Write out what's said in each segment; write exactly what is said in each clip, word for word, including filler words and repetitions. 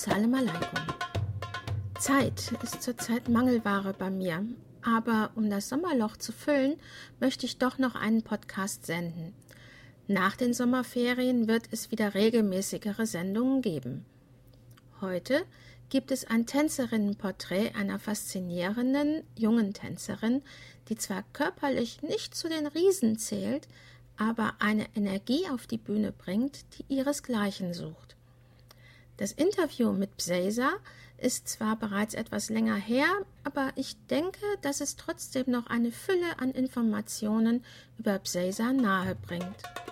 Salam alaikum. Zeit ist zurzeit Mangelware bei mir, aber um das Sommerloch zu füllen, möchte ich doch noch einen Podcast senden. Nach den Sommerferien wird es wieder regelmäßigere Sendungen geben. Heute gibt es ein Tänzerinnenporträt einer faszinierenden jungen Tänzerin, die zwar körperlich nicht zu den Riesen zählt, aber eine Energie auf die Bühne bringt, die ihresgleichen sucht. Das Interview mit Bseiza ist zwar bereits etwas länger her, aber ich denke, dass es trotzdem noch eine Fülle an Informationen über Bseiza nahe bringt.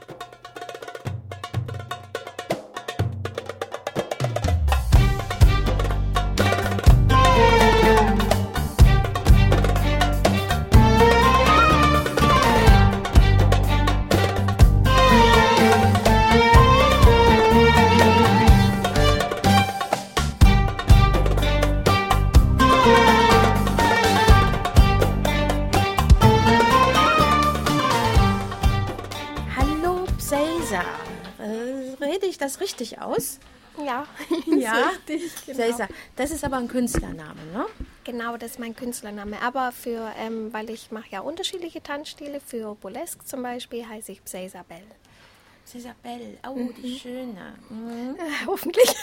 Rede ich das richtig aus? Ja, ja. Richtig, genau. Bseiza, das ist aber ein Künstlername, ne? Genau, das ist mein Künstlername. Aber für, ähm, weil ich mache ja unterschiedliche Tanzstile, für Burlesque zum Beispiel heiße ich Bseiza Bell. Bseiza Bell, oh, mhm. die schöne. Mhm. Äh, hoffentlich.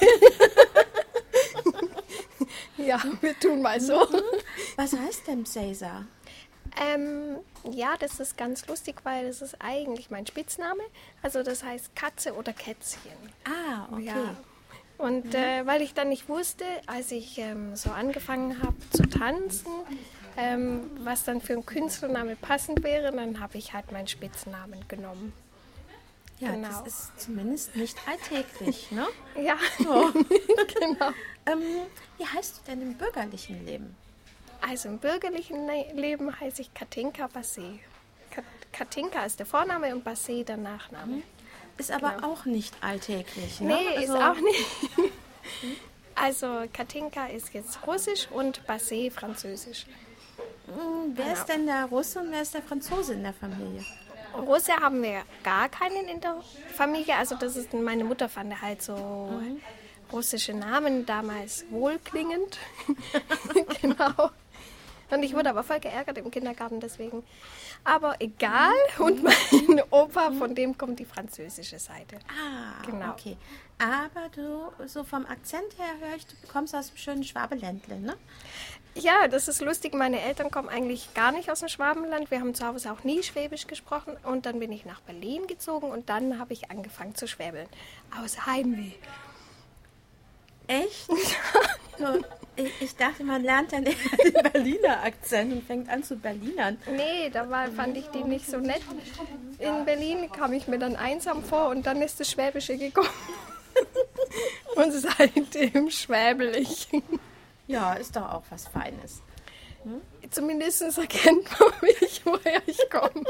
Ja, wir tun mal so. Was heißt denn Bseiza? Ähm, ja, das ist ganz lustig, weil das ist eigentlich mein Spitzname. Also das heißt Katze oder Kätzchen. Ah, okay. Ja. Und äh, weil ich dann nicht wusste, als ich ähm, so angefangen habe zu tanzen, ähm, was dann für einen Künstlername passend wäre, dann habe ich halt meinen Spitznamen genommen. Ja, genau. Das ist zumindest nicht alltäglich, ne? Ja, oh. genau. Ähm, wie heißt du denn im bürgerlichen Leben? Also im bürgerlichen Le- Leben heiße ich Katinka Basse. Katinka ist der Vorname und Basse der Nachname. Ist aber genau. auch nicht alltäglich, ne? Nee, also ist auch nicht. Also Katinka ist jetzt Russisch und Basse Französisch. Hm, wer genau. ist denn der Russe und wer ist der Franzose in der Familie? Russe haben wir gar keinen in der Familie. Also das ist meine Mutter fand halt so mhm. russische Namen damals wohlklingend. Genau. Und ich wurde aber voll geärgert im Kindergarten deswegen. Aber egal. Und mein Opa, von dem kommt die französische Seite. Ah, genau. Okay. Aber du, so vom Akzent her höre ich, du kommst aus dem schönen Schwabenländle, ne? Ja, das ist lustig. Meine Eltern kommen eigentlich gar nicht aus dem Schwabenland. Wir haben zu Hause auch nie Schwäbisch gesprochen. Und dann bin ich nach Berlin gezogen und dann habe ich angefangen zu schwäbeln. Aus Heimweh. Echt? So, ich, ich dachte, man lernt dann den Berliner Akzent und fängt an zu Berlinern. Nee, da war, fand ich die nicht so nett. In Berlin kam ich mir dann einsam vor und dann ist das Schwäbische gekommen. Und seitdem schwäbel ich. Ja, ist doch auch was Feines. Hm? Zumindest erkennt man mich, woher ich komme.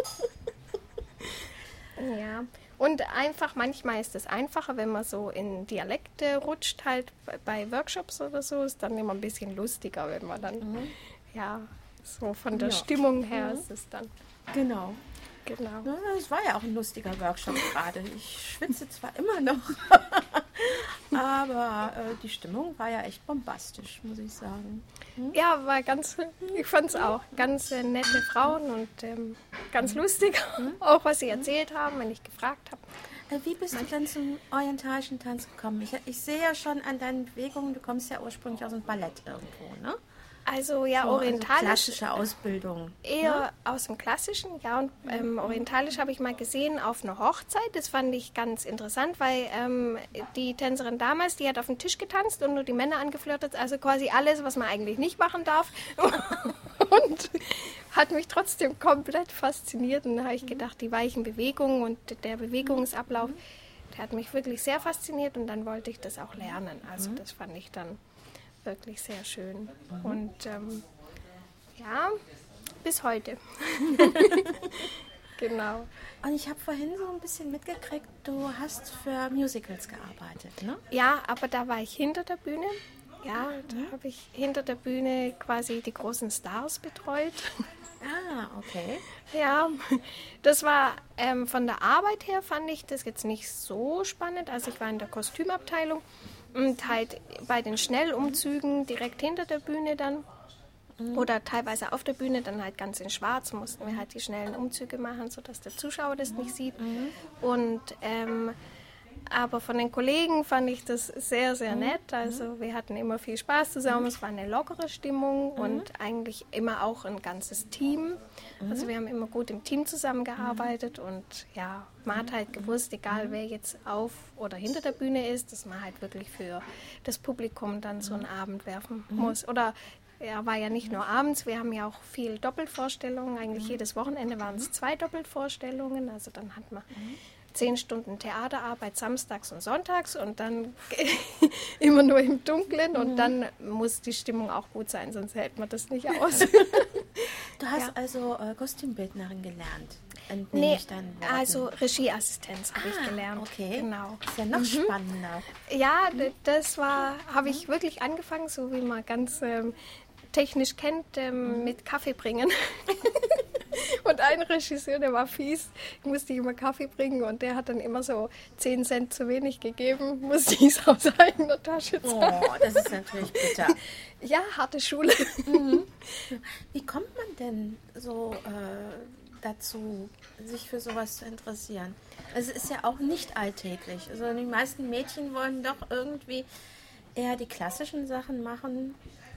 Ja. Und einfach, manchmal ist es einfacher, wenn man so in Dialekte rutscht, halt bei Workshops oder so, ist dann immer ein bisschen lustiger, wenn man dann, mhm. ja, so von der ja. Stimmung her mhm. ist es dann. Genau. Genau. Ja, das war ja auch ein lustiger Workshop gerade. Ich schwitze zwar immer noch, aber äh, die Stimmung war ja echt bombastisch, muss ich sagen. Hm? Ja, war ganz, ich fand es auch, ganz äh, nette Frauen und ähm, ganz lustig, hm? auch was sie erzählt haben, wenn ich gefragt habe. Äh, wie bist du denn zum orientalischen Tanz gekommen? Ich, ich sehe ja schon an deinen Bewegungen, du kommst ja ursprünglich aus dem Ballett irgendwo, ne? Also ja, so, orientalisch. Also klassische Ausbildung. Eher ne? Aus dem Klassischen, ja. Und ähm, orientalisch habe ich mal gesehen auf einer Hochzeit. Das fand ich ganz interessant, weil ähm, die Tänzerin damals, die hat auf dem Tisch getanzt und nur die Männer angeflirtet. Also quasi alles, was man eigentlich nicht machen darf. Und hat mich trotzdem komplett fasziniert. Und da habe ich gedacht, die weichen Bewegungen und der Bewegungsablauf, der hat mich wirklich sehr fasziniert. Und dann wollte ich das auch lernen. Also das fand ich dann wirklich sehr schön. Mhm. Und ähm, ja, bis heute. Genau. Und ich habe vorhin so ein bisschen mitgekriegt, du hast für Musicals gearbeitet, ne? Ja, aber da war ich hinter der Bühne. Ja, da mhm. habe ich hinter der Bühne quasi die großen Stars betreut. Ah, okay. Ja, das war ähm, von der Arbeit her fand ich das jetzt nicht so spannend. Also ich war in der Kostümabteilung Und halt bei den Schnellumzügen direkt hinter der Bühne dann. Mhm. Oder teilweise auf der Bühne, dann halt ganz in schwarz, mussten wir halt die schnellen Umzüge machen, sodass der Zuschauer das nicht sieht. Mhm. Und ähm, aber von den Kollegen fand ich das sehr, sehr nett. Also wir hatten immer viel Spaß zusammen. Es war eine lockere Stimmung mhm. und eigentlich immer auch ein ganzes Team. Mhm. Also wir haben immer gut im Team zusammengearbeitet mhm. und ja, man hat halt gewusst, egal wer jetzt auf oder hinter der Bühne ist, dass man halt wirklich für das Publikum dann so einen Abend werfen mhm. muss. Oder ja, war ja nicht nur abends, wir haben ja auch viel Doppelvorstellungen. Eigentlich mhm. jedes Wochenende waren es zwei Doppelvorstellungen. Also dann hat man mhm. zehn Stunden Theaterarbeit samstags und sonntags und dann immer nur im Dunkeln und mhm. dann muss die Stimmung auch gut sein, sonst hält man das nicht aus. Du hast ja. also äh, Kostümbildnerin gelernt? Nee, also Regieassistenz habe ah, ich gelernt. Okay. Genau. Ist ja noch mhm. spannender. Ja, das war, habe ich wirklich angefangen, so wie man ganz ähm, technisch kennt, ähm, mhm. mit Kaffee bringen. Und ein Regisseur, der war fies, ich musste ihm immer Kaffee bringen und der hat dann immer so zehn Cent zu wenig gegeben, musste ich es aus eigener Tasche zahlen. Oh, das ist natürlich bitter. Ja, harte Schule. Mhm. Wie kommt man denn so äh, dazu, sich für sowas zu interessieren? Also es ist ja auch nicht alltäglich. Also die meisten Mädchen wollen doch irgendwie eher die klassischen Sachen machen.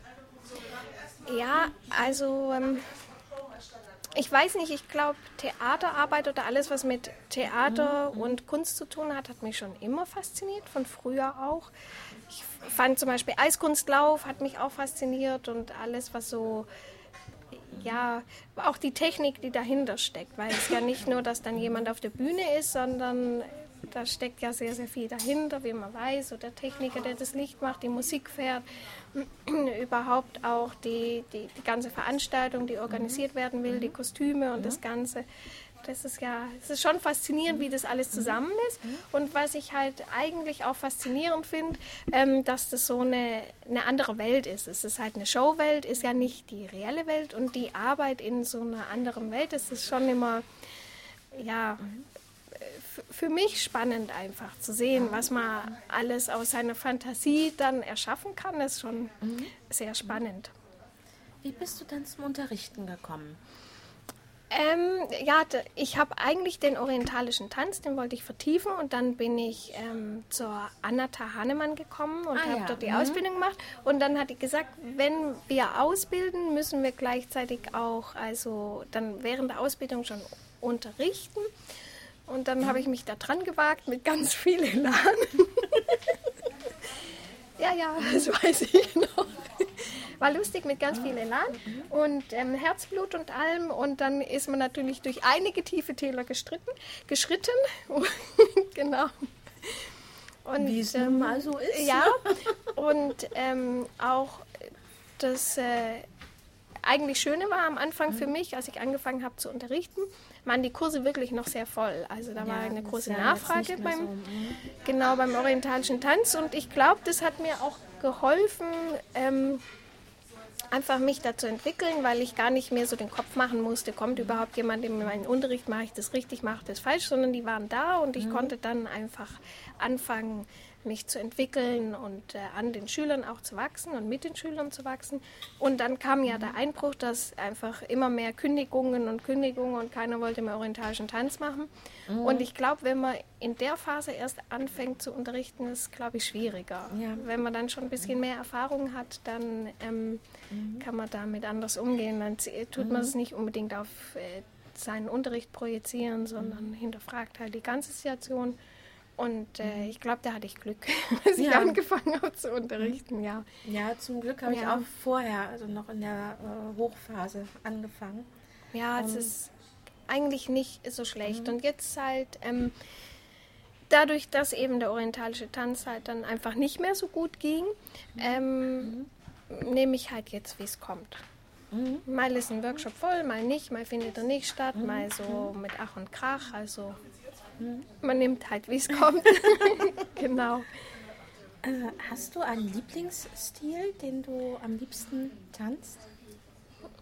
Ja, also ähm, ich weiß nicht, ich glaube, Theaterarbeit oder alles, was mit Theater mhm. und Kunst zu tun hat, hat mich schon immer fasziniert, von früher auch. Ich fand zum Beispiel Eiskunstlauf hat mich auch fasziniert und alles, was so, ja, auch die Technik, die dahinter steckt, weil es ja nicht nur, dass dann jemand auf der Bühne ist, sondern da steckt ja sehr, sehr viel dahinter, wie man weiß, so der Techniker, der das Licht macht, die Musik fährt, überhaupt auch die, die, die ganze Veranstaltung, die organisiert werden will, die Kostüme und das Ganze. Das ist ja, es ist schon faszinierend, wie das alles zusammen ist. Und was ich halt eigentlich auch faszinierend finde, ähm, dass das so eine, eine andere Welt ist. Es ist halt eine Showwelt, ist ja nicht die reelle Welt. Und die Arbeit in so einer anderen Welt, das ist schon immer, ja, f- für mich spannend einfach zu sehen, was man alles aus seiner Fantasie dann erschaffen kann. Das ist schon mhm. sehr spannend. Wie bist du dann zum Unterrichten gekommen? Ähm, ja, ich habe eigentlich den orientalischen Tanz, den wollte ich vertiefen und dann bin ich ähm, zur Anata Hahnemann gekommen und ah, habe ja. dort die mhm. Ausbildung gemacht und dann hat die gesagt, wenn wir ausbilden, müssen wir gleichzeitig auch, also dann während der Ausbildung schon unterrichten und dann mhm. habe ich mich da dran gewagt mit ganz viel Elan. ja, ja, das weiß ich noch. War lustig mit ganz viel Elan und ähm, Herzblut und allem. Und dann ist man natürlich durch einige tiefe Täler gestritten, geschritten. Genau. Und, wie es ähm, nun mal so ist. Ja, und ähm, auch das äh, eigentlich Schöne war am Anfang für mich, als ich angefangen habe zu unterrichten, waren die Kurse wirklich noch sehr voll. Also da ja, war eine große ja Nachfrage beim, so. genau, beim orientalischen Tanz. Und ich glaube, das hat mir auch geholfen, ähm, einfach mich da zu entwickeln, weil ich gar nicht mehr so den Kopf machen musste, kommt überhaupt jemand in meinen Unterricht, mache ich das richtig, mache ich das falsch, sondern die waren da und ich mhm. konnte dann einfach anfangen, mich zu entwickeln und äh, an den Schülern auch zu wachsen und mit den Schülern zu wachsen. Und dann kam ja der Einbruch, dass einfach immer mehr Kündigungen und Kündigungen und keiner wollte mehr orientalischen Tanz machen. Mhm. Und ich glaube, wenn man in der Phase erst anfängt zu unterrichten, ist es, glaube ich, schwieriger. Ja. Wenn man dann schon ein bisschen mehr Erfahrung hat, dann ähm, mhm. kann man damit anders umgehen. Dann tut man es nicht unbedingt auf äh, seinen Unterricht projizieren, sondern mhm. hinterfragt halt die ganze Situation. Und äh, ich glaube, da hatte ich Glück, als ich ja. angefangen habe zu unterrichten, ja. Ja, zum Glück habe ja. ich auch vorher, also noch in der äh, Hochphase angefangen. Ja, um, es ist eigentlich nicht so schlecht. Mhm. Und jetzt halt, ähm, dadurch, dass eben der orientalische Tanz halt dann einfach nicht mehr so gut ging, ähm, mhm. nehme ich halt jetzt, wie es kommt. Mhm. Mal ist ein Workshop voll, mal nicht, mal findet er nicht statt, mhm. mal so mit Ach und Krach, also... Man nimmt halt, wie es kommt. Genau. Äh, hast du einen Lieblingsstil, den du am liebsten tanzt?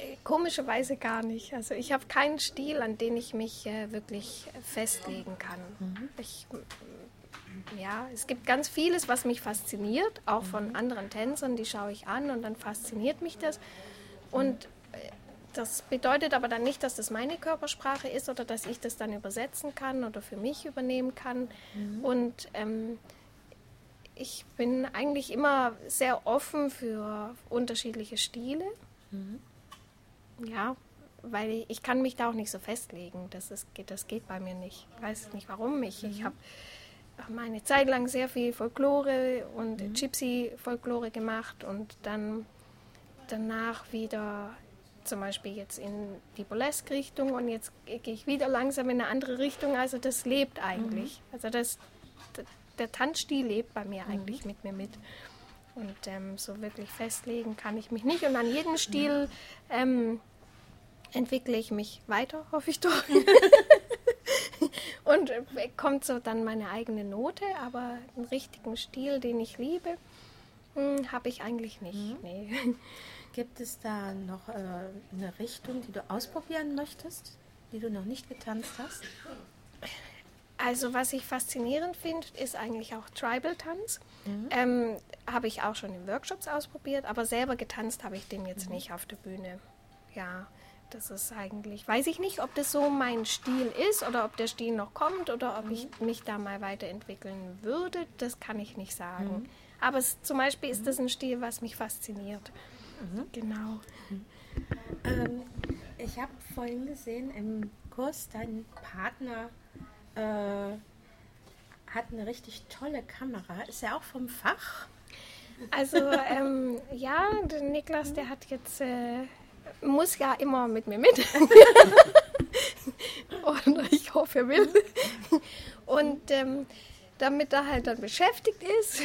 Komischerweise gar nicht. Also ich habe keinen Stil, an den ich mich äh, wirklich festlegen kann. Mhm. Ich, ja, es gibt ganz vieles, was mich fasziniert, auch von mhm. anderen Tänzern, die schaue ich an und dann fasziniert mich das. Und das bedeutet aber dann nicht, dass das meine Körpersprache ist oder dass ich das dann übersetzen kann oder für mich übernehmen kann. Mhm. Und ähm, ich bin eigentlich immer sehr offen für unterschiedliche Stile. Mhm. Ja, weil ich, ich kann mich da auch nicht so festlegen. Das, ist, das geht bei mir nicht. Ich weiß nicht warum. Ich, mhm. ich habe eine Zeit lang sehr viel Folklore und mhm. Gypsy-Folklore gemacht und dann danach wieder zum Beispiel jetzt in die Burlesque-Richtung und jetzt gehe ich wieder langsam in eine andere Richtung. Also das lebt eigentlich. Mhm. Also das, der Tanzstil lebt bei mir eigentlich mhm. mit mir mit. Und ähm, so wirklich festlegen kann ich mich nicht. Und an jedem Stil ähm, entwickle ich mich weiter, hoffe ich doch. Und äh, kommt so dann meine eigene Note, aber einen richtigen Stil, den ich liebe, hm, habe ich eigentlich nicht. Mhm. Nee. Gibt es da noch äh, eine Richtung, die du ausprobieren möchtest, die du noch nicht getanzt hast? Also was ich faszinierend finde, ist eigentlich auch Tribal-Tanz. Mhm. Ähm, habe ich auch schon in Workshops ausprobiert, aber selber getanzt habe ich den jetzt mhm. nicht auf der Bühne. Ja, das ist eigentlich, weiß ich nicht, ob das so mein Stil ist oder ob der Stil noch kommt oder ob mhm. ich mich da mal weiterentwickeln würde, das kann ich nicht sagen. Mhm. Aber es, zum Beispiel ist das ein Stil, was mich fasziniert. Mhm. Genau. Mhm. Ähm, ich habe vorhin gesehen im Kurs, dein Partner äh, hat eine richtig tolle Kamera. Ist er auch vom Fach? Also ähm, ja, der Niklas, der hat jetzt, äh, muss ja immer mit mir mit. Und ich hoffe, er will. Und ähm, damit er halt dann beschäftigt ist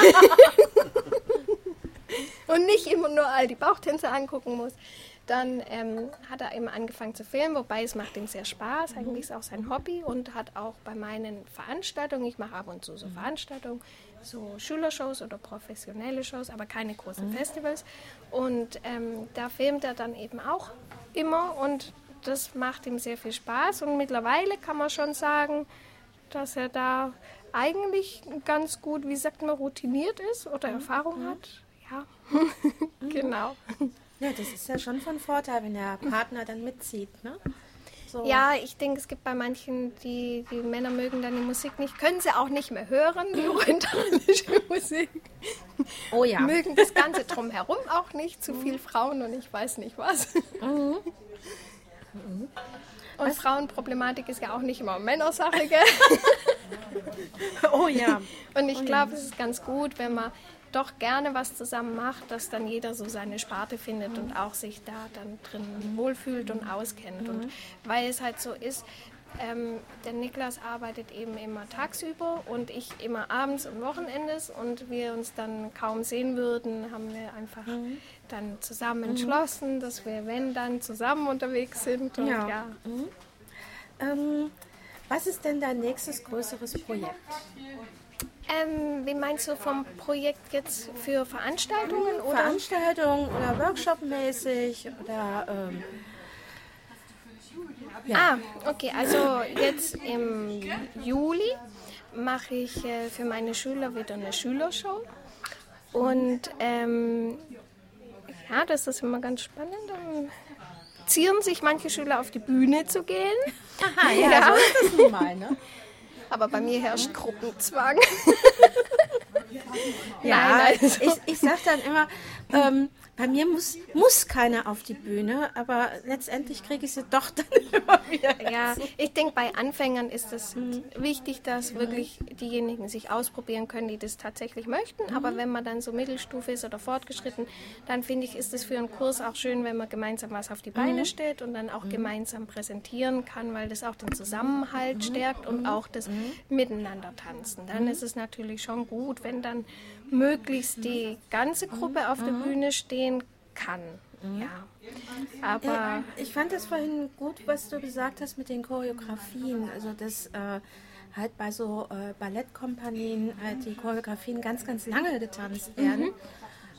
und nicht immer nur all die Bauchtänze angucken muss, dann ähm, hat er eben angefangen zu filmen, wobei es macht ihm sehr Spaß, eigentlich ist auch sein Hobby und hat auch bei meinen Veranstaltungen, ich mache ab und zu so Veranstaltungen, so Schülershows oder professionelle Shows, aber keine großen mhm. Festivals und ähm, da filmt er dann eben auch immer und das macht ihm sehr viel Spaß und mittlerweile kann man schon sagen, dass er da eigentlich ganz gut, wie sagt man, routiniert ist oder mhm. Erfahrung mhm. hat. Ja, genau. Ja, das ist ja schon von Vorteil, wenn der Partner dann mitzieht, ne? So. Ja, ich denke, es gibt bei manchen, die, die Männer mögen dann die Musik nicht, können sie auch nicht mehr hören, die orientalische Musik. Oh ja. Mögen das Ganze drumherum auch nicht, zu viel Frauen und ich weiß nicht was. Mhm. Mhm. Und was? Frauenproblematik ist ja auch nicht immer Männersache, gell? Oh ja. Und ich oh glaube, ja. es ist ganz gut, wenn man doch gerne was zusammen macht, dass dann jeder so seine Sparte findet mhm. und auch sich da dann drin wohlfühlt und auskennt. Mhm. Und weil es halt so ist, ähm, der Niklas arbeitet eben immer tagsüber und ich immer abends und Wochenendes und wir uns dann kaum sehen würden, haben wir einfach mhm. dann zusammen entschlossen, dass wir, wenn, dann zusammen unterwegs sind. Und ja. ja. Mhm. Ähm, was ist denn dein nächstes größeres Projekt? Ähm, wie meinst du vom Projekt jetzt für Veranstaltungen? Oder? Veranstaltungen oder Workshop-mäßig oder ähm, ja. Ah, okay, also jetzt im Juli mache ich äh, für meine Schüler wieder eine Schülershow und ähm, ja, das ist immer ganz spannend. Dann zieren sich manche Schüler auf die Bühne zu gehen. Aha, ja, ja. So ist das nun mal, ne? Aber bei mir herrscht Gruppenzwang. Ja, nein, also. ich, ich sage dann immer, ähm, bei mir muss, muss keiner auf die Bühne, aber letztendlich kriege ich sie doch dann immer wieder. Ja, ich denke, bei Anfängern ist es mhm. wichtig, dass wirklich diejenigen sich ausprobieren können, die das tatsächlich möchten. Mhm. Aber wenn man dann so Mittelstufe ist oder fortgeschritten, dann finde ich, ist es für einen Kurs auch schön, wenn man gemeinsam was auf die Beine mhm. stellt und dann auch mhm. gemeinsam präsentieren kann, weil das auch den Zusammenhalt mhm. stärkt und auch das mhm. Miteinander tanzen. Dann mhm. ist es natürlich schon gut, wenn dann möglichst die ganze Gruppe auf der Bühne stehen kann. Mhm. Ja. Aber ja, ich fand das vorhin gut, was du gesagt hast mit den Choreografien. Also dass äh, halt bei so äh, Ballettkompanien halt die Choreografien ganz, ganz lange getanzt werden. Mhm.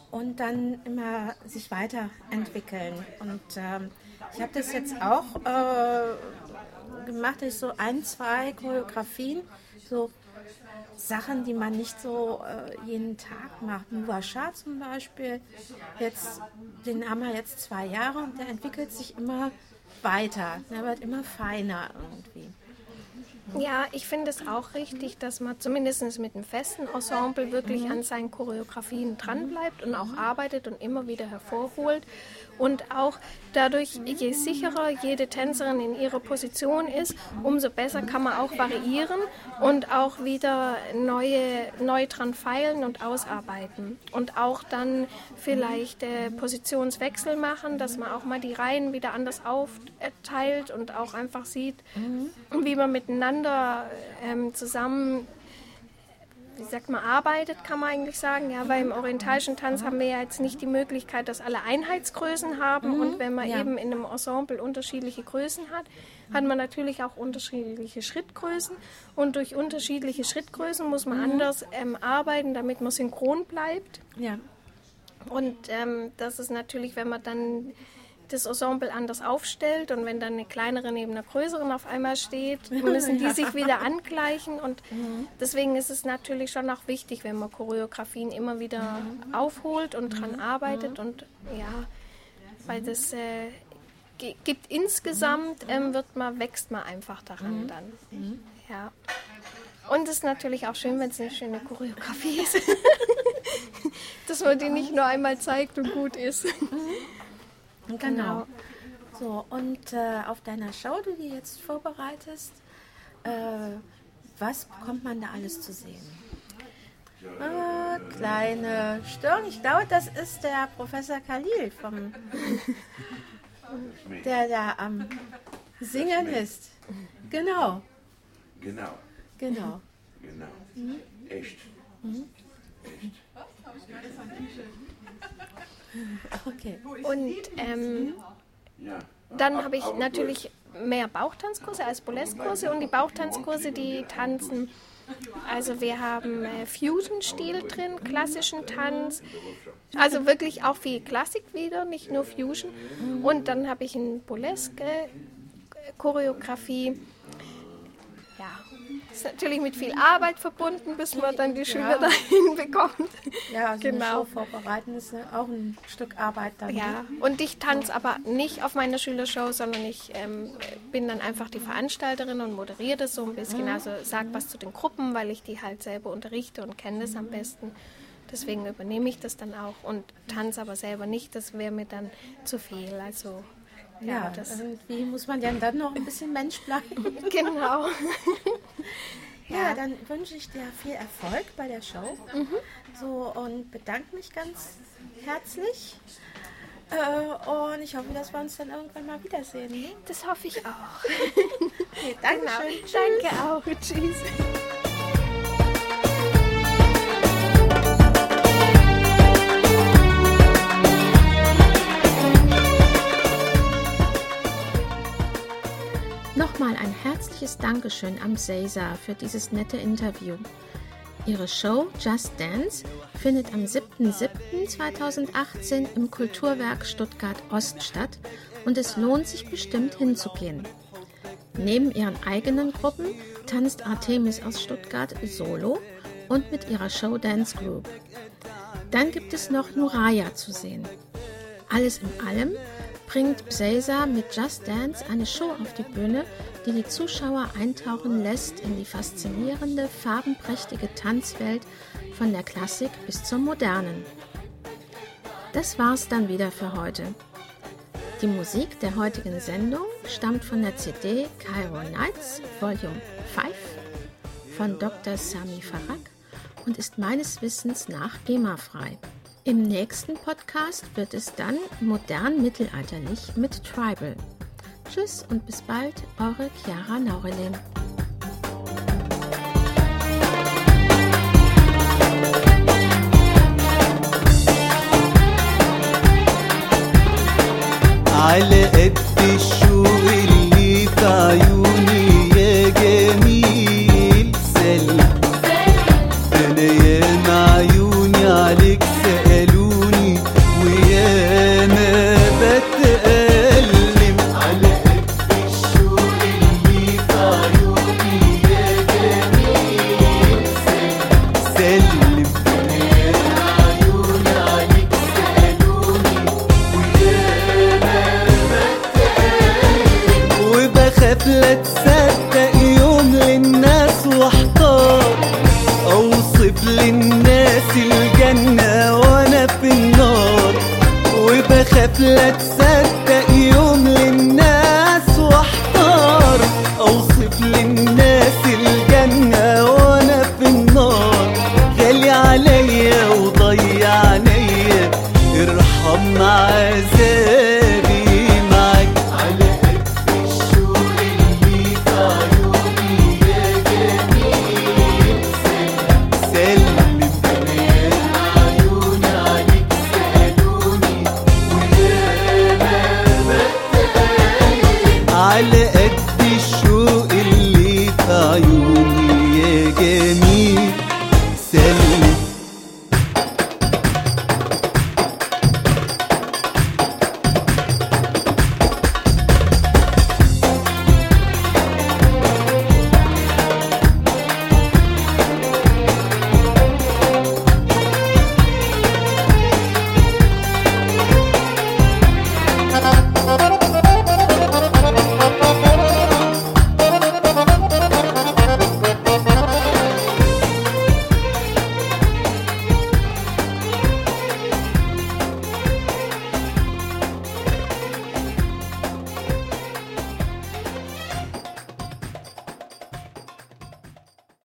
und dann immer sich weiterentwickeln. Und ähm, ich habe das jetzt auch äh, gemacht, dass ich so ein, zwei Choreografien, so Sachen, die man nicht so äh, jeden Tag macht. Nouveau Chat zum Beispiel, jetzt, den haben wir jetzt zwei Jahre und der entwickelt sich immer weiter. Der wird immer feiner irgendwie. Ja, ich finde es auch richtig, dass man zumindest mit einem festen Ensemble wirklich mhm. an seinen Choreografien dranbleibt und auch arbeitet und immer wieder hervorholt. Und auch dadurch, je sicherer jede Tänzerin in ihrer Position ist, umso besser kann man auch variieren und auch wieder neue, neu dran feilen und ausarbeiten. Und auch dann vielleicht äh, Positionswechsel machen, dass man auch mal die Reihen wieder anders aufteilt und auch einfach sieht, mhm. wie man miteinander ähm, zusammen, wie sagt man, arbeitet, kann man eigentlich sagen. Ja, weil im orientalischen Tanz haben wir ja jetzt nicht die Möglichkeit, dass alle Einheitsgrößen haben. Mhm. Und wenn man ja. eben in einem Ensemble unterschiedliche Größen hat, hat man natürlich auch unterschiedliche Schrittgrößen. Und durch unterschiedliche Schrittgrößen muss man mhm. anders ähm, arbeiten, damit man synchron bleibt. Ja. Und ähm, das ist natürlich, wenn man dann das Ensemble anders aufstellt und wenn dann eine kleinere neben einer größeren auf einmal steht, müssen die sich wieder angleichen und mhm. deswegen ist es natürlich schon auch wichtig, wenn man Choreografien immer wieder mhm. aufholt und dran mhm. arbeitet und ja, weil das äh, g- gibt insgesamt, ähm, wird man, wächst man einfach daran mhm. dann. Mhm. Ja. Und es ist natürlich auch schön, wenn es eine schöne Choreografie ist, dass man die nicht nur einmal zeigt und gut ist. Genau. genau. So, und äh, auf deiner Show, die du jetzt vorbereitest, äh, was bekommt man da alles zu sehen? Äh, kleine Stirn. Ich glaube, das ist der Professor Khalil, vom, der da am Singen ist. Genau. Genau. Genau. Genau. Mhm. Echt. Mhm. Echt. Okay. Und ähm, dann habe ich natürlich mehr Bauchtanzkurse als Burlesque-Kurse und die Bauchtanzkurse, die tanzen, also wir haben äh, Fusion-Stil drin, klassischen Tanz, also wirklich auch viel Klassik wieder, nicht nur Fusion. Und dann habe ich eine Burlesque-Choreografie. Ja, ist natürlich mit viel Arbeit verbunden, bis man dann die Schüler ja. dahin bekommt. Ja, also genau. eine Show vorbereiten ist auch ein Stück Arbeit dann. Ja, und ich tanze aber nicht auf meiner Schülershow, sondern ich ähm, bin dann einfach die Veranstalterin und moderiere das so ein bisschen, mhm. also sage was zu den Gruppen, weil ich die halt selber unterrichte und kenne das am besten. Deswegen übernehme ich das dann auch und tanze aber selber nicht, das wäre mir dann zu viel, also... Ja, ja, das irgendwie muss man ja dann noch ein bisschen Mensch bleiben. Genau. Ja, dann wünsche ich dir viel Erfolg bei der Show. Mhm. So, und bedanke mich ganz herzlich. Äh, und ich hoffe, dass wir uns dann irgendwann mal wiedersehen. Ne? Das hoffe ich auch. Okay, danke genau. schön. Tschüss. Danke auch. Tschüss. Nochmal ein herzliches Dankeschön an Bseiza für dieses nette Interview. Ihre Show Just Dance findet am siebten siebten zweitausendachtzehn im Kulturwerk Stuttgart Ost statt und es lohnt sich bestimmt hinzugehen. Neben ihren eigenen Gruppen tanzt Artemis aus Stuttgart solo und mit ihrer Show Dance Group. Dann gibt es noch Nuraya zu sehen. Alles in allem bringt Bseiza mit Just Dance eine Show auf die Bühne, die die Zuschauer eintauchen lässt in die faszinierende, farbenprächtige Tanzwelt von der Klassik bis zur Modernen. Das war's dann wieder für heute. Die Musik der heutigen Sendung stammt von der C D Cairo Nights Volume fünf von Doktor Sami Farag und ist meines Wissens nach GEMA-frei. Im nächsten Podcast wird es dann modern mittelalterlich mit Tribal. Tschüss und bis bald, eure Chiara Naurelin. على قد الشوق اللي في عيوني يا جميل سلم انا ياما عيوني عليك سألوني بشوف للناس الجنة وانا في النار، وبخاف لا تصدق يوم